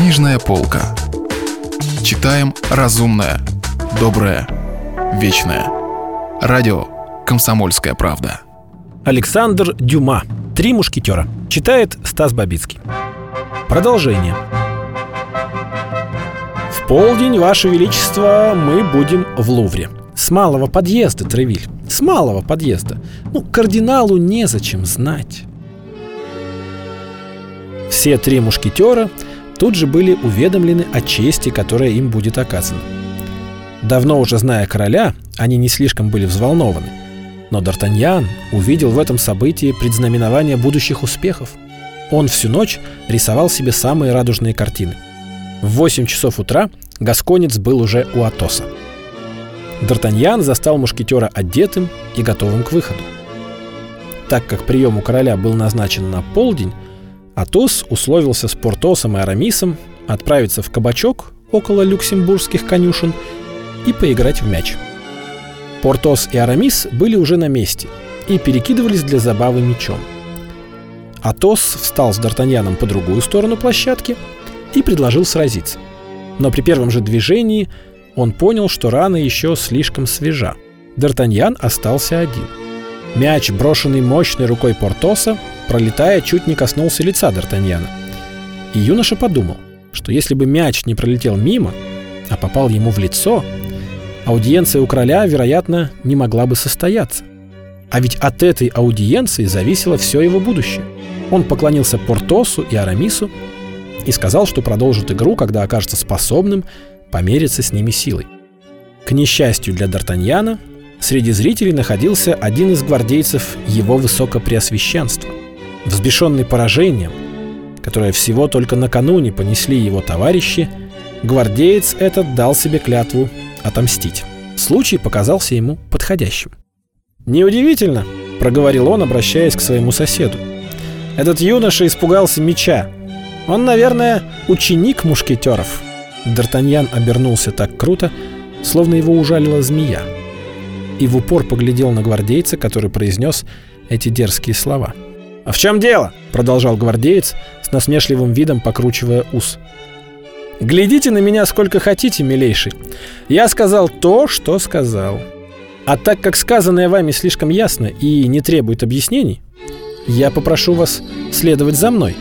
Книжная полка. Читаем разумное, доброе, вечное. Радио «Комсомольская правда». Александр Дюма. «Три мушкетера». Читает Стас Бабицкий. Продолжение. В полдень, Ваше Величество, мы будем в Лувре. С малого подъезда, Тревиль. С малого подъезда. Кардиналу незачем знать. Все три мушкетера тут же были уведомлены о чести, которая им будет оказана. Давно уже зная короля, они не слишком были взволнованы. Но Д'Артаньян увидел в этом событии предзнаменование будущих успехов. Он всю ночь рисовал себе самые радужные картины. В 8 часов утра гасконец был уже у Атоса. Д'Артаньян застал мушкетера одетым и готовым к выходу. Так как прием у короля был назначен на полдень, Атос условился с Портосом и Арамисом отправиться в кабачок около люксембургских конюшен и поиграть в мяч. Портос и Арамис были уже на месте и перекидывались для забавы мячом. Атос встал с Д'Артаньяном по другую сторону площадки и предложил сразиться. Но при первом же движении он понял, что рана еще слишком свежа. Д'Артаньян остался один. Мяч, брошенный мощной рукой Портоса, пролетая, чуть не коснулся лица Д'Артаньяна. И юноша подумал, что если бы мяч не пролетел мимо, а попал ему в лицо, аудиенция у короля, вероятно, не могла бы состояться. А ведь от этой аудиенции зависело все его будущее. Он поклонился Портосу и Арамису и сказал, что продолжит игру, когда окажется способным помериться с ними силой. К несчастью для Д'Артаньяна, среди зрителей находился один из гвардейцев его высокопреосвященства. Взбешенный поражением, которое всего только накануне понесли его товарищи, гвардеец этот дал себе клятву отомстить. Случай показался ему подходящим. «Неудивительно», — проговорил он, обращаясь к своему соседу. «Этот юноша испугался меча. Он, наверное, ученик мушкетеров». Д'Артаньян обернулся так круто, словно его ужалила змея, и в упор поглядел на гвардейца, который произнес эти дерзкие слова. «А в чем дело?» — продолжал гвардеец с насмешливым видом, покручивая ус. «Глядите на меня сколько хотите, милейший. Я сказал то, что сказал. А так как сказанное вами слишком ясно и не требует объяснений, я попрошу вас следовать за мной»,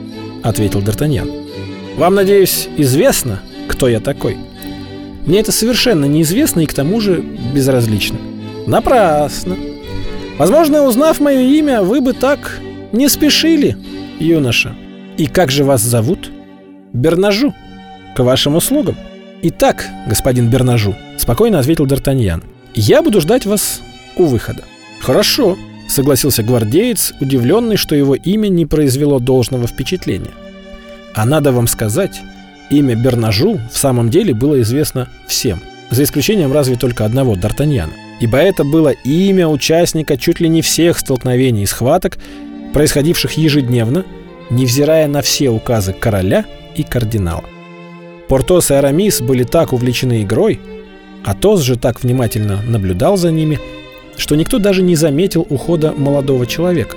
— ответил Д'Артаньян. «Вам, надеюсь, известно, кто я такой? Мне это совершенно неизвестно и к тому же безразлично». «Напрасно. Возможно, узнав мое имя, вы бы так не спешили, юноша. И как же вас зовут?» «Бернажу. К вашим услугам». «Итак, господин Бернажу», — спокойно ответил Д'Артаньян, — «я буду ждать вас у выхода». «Хорошо», — согласился гвардеец, удивленный, что его имя не произвело должного впечатления. «А надо вам сказать, имя Бернажу в самом деле было известно всем, за исключением разве только одного Д'Артаньяна, ибо это было имя участника чуть ли не всех столкновений и схваток, происходивших ежедневно, невзирая на все указы короля и кардинала. Портос и Арамис были так увлечены игрой, Атос же так внимательно наблюдал за ними, что никто даже не заметил ухода молодого человека.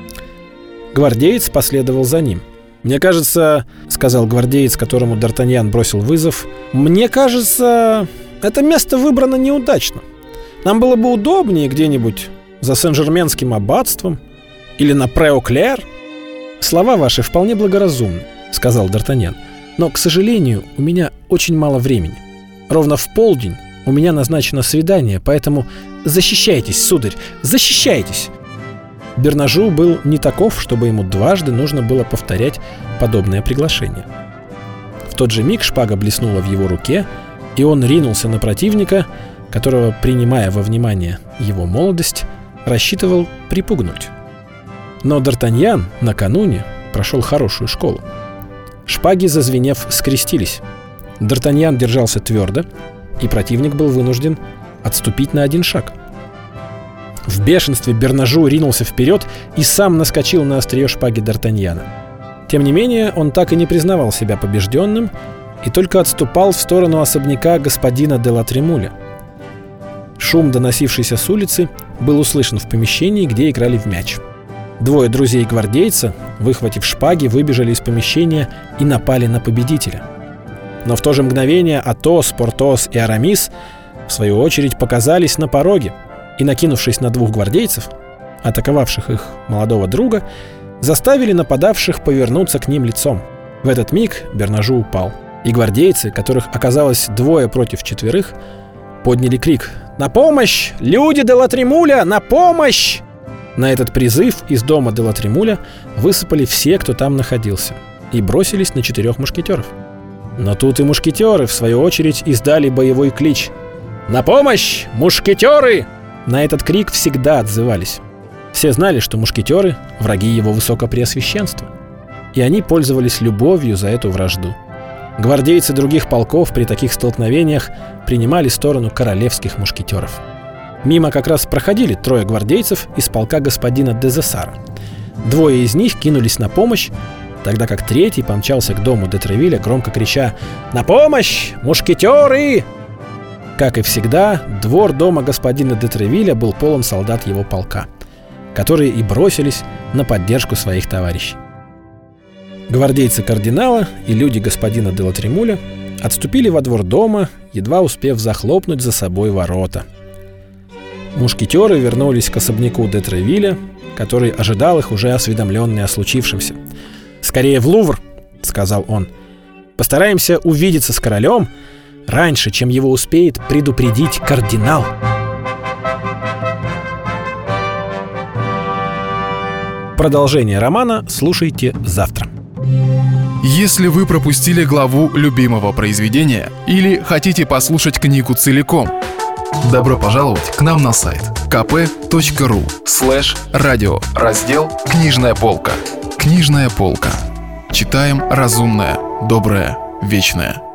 Гвардеец последовал за ним. «Мне кажется, — сказал гвардеец, которому Д'Артаньян бросил вызов, — мне кажется, это место выбрано неудачно. Нам было бы удобнее где-нибудь за Сен-Жерменским аббатством или на Преоклер». «Слова ваши вполне благоразумны, — сказал Д'Артаньян, — но, к сожалению, у меня очень мало времени. Ровно в полдень у меня назначено свидание, поэтому защищайтесь, сударь, защищайтесь». Бернажу был не таков, чтобы ему дважды нужно было повторять подобное приглашение. В тот же миг шпага блеснула в его руке, и он ринулся на противника, которого, принимая во внимание его молодость, рассчитывал припугнуть. Но Д'Артаньян накануне прошел хорошую школу. Шпаги, зазвенев, скрестились. Д'Артаньян держался твердо, и противник был вынужден отступить на один шаг. В бешенстве Бернажу ринулся вперед и сам наскочил на острие шпаги Д'Артаньяна. Тем не менее, он так и не признавал себя побежденным и только отступал в сторону особняка господина де ла Тремуля. Шум, доносившийся с улицы, был услышан в помещении, где играли в мяч. Двое друзей-гвардейца, выхватив шпаги, выбежали из помещения и напали на победителя. Но в то же мгновение Атос, Портос и Арамис, в свою очередь, показались на пороге и, накинувшись на двух гвардейцев, атаковавших их молодого друга, заставили нападавших повернуться к ним лицом. В этот миг Бернажу упал, и гвардейцы, которых оказалось 2 против 4, подняли крик: «На помощь! Люди де ла Тремуля! На помощь!» На этот призыв из дома де ла Тремуля высыпали все, кто там находился, и бросились на 4 мушкетеров. Но тут и мушкетеры, в свою очередь, издали боевой клич: «На помощь! Мушкетеры!» На этот крик всегда отзывались. Все знали, что мушкетеры — враги его высокопреосвященства, и они пользовались любовью за эту вражду. Гвардейцы других полков при таких столкновениях принимали сторону королевских мушкетеров. Мимо как раз проходили 3 гвардейцев из полка господина де Зессара. 2 из них кинулись на помощь, тогда как 3 помчался к дому де Тревиля, громко крича: «На помощь! Мушкетеры!» Как и всегда, двор дома господина де Тревиля был полон солдат его полка, которые и бросились на поддержку своих товарищей. Гвардейцы кардинала и люди господина де ла Тремуля отступили во двор дома, едва успев захлопнуть за собой ворота. Мушкетеры вернулись к особняку де Тревиля, который ожидал их, уже осведомленный о случившемся. «Скорее в Лувр», — сказал он. «Постараемся увидеться с королем раньше, чем его успеет предупредить кардинал». Продолжение романа слушайте завтра. Если вы пропустили главу любимого произведения или хотите послушать книгу целиком, добро пожаловать к нам на сайт kp.ru/радио, раздел «Книжная полка». Книжная полка. Читаем разумное, доброе, вечное.